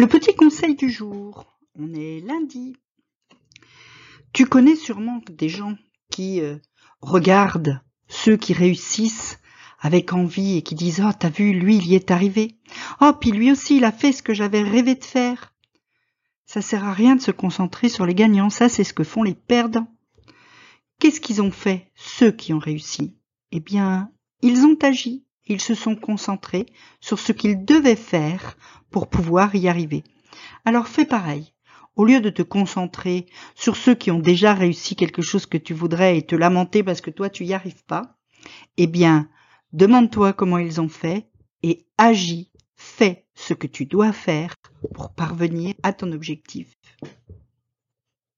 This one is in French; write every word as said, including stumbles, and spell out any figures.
Le petit conseil du jour, on est lundi. Tu connais sûrement des gens qui euh, regardent ceux qui réussissent avec envie et qui disent « Oh, t'as vu, lui, il y est arrivé. Oh, puis lui aussi, il a fait ce que j'avais rêvé de faire. » Ça sert à rien de se concentrer sur les gagnants, ça c'est ce que font les perdants. Qu'est-ce qu'ils ont fait, ceux qui ont réussi? Eh bien, ils ont agi, ils se sont concentrés sur ce qu'ils devaient faire pour pouvoir y arriver. Alors fais pareil. Au lieu de te concentrer sur ceux qui ont déjà réussi quelque chose que tu voudrais et te lamenter parce que toi tu n'y arrives pas, eh bien, demande-toi comment ils ont fait et agis, fais ce que tu dois faire pour parvenir à ton objectif.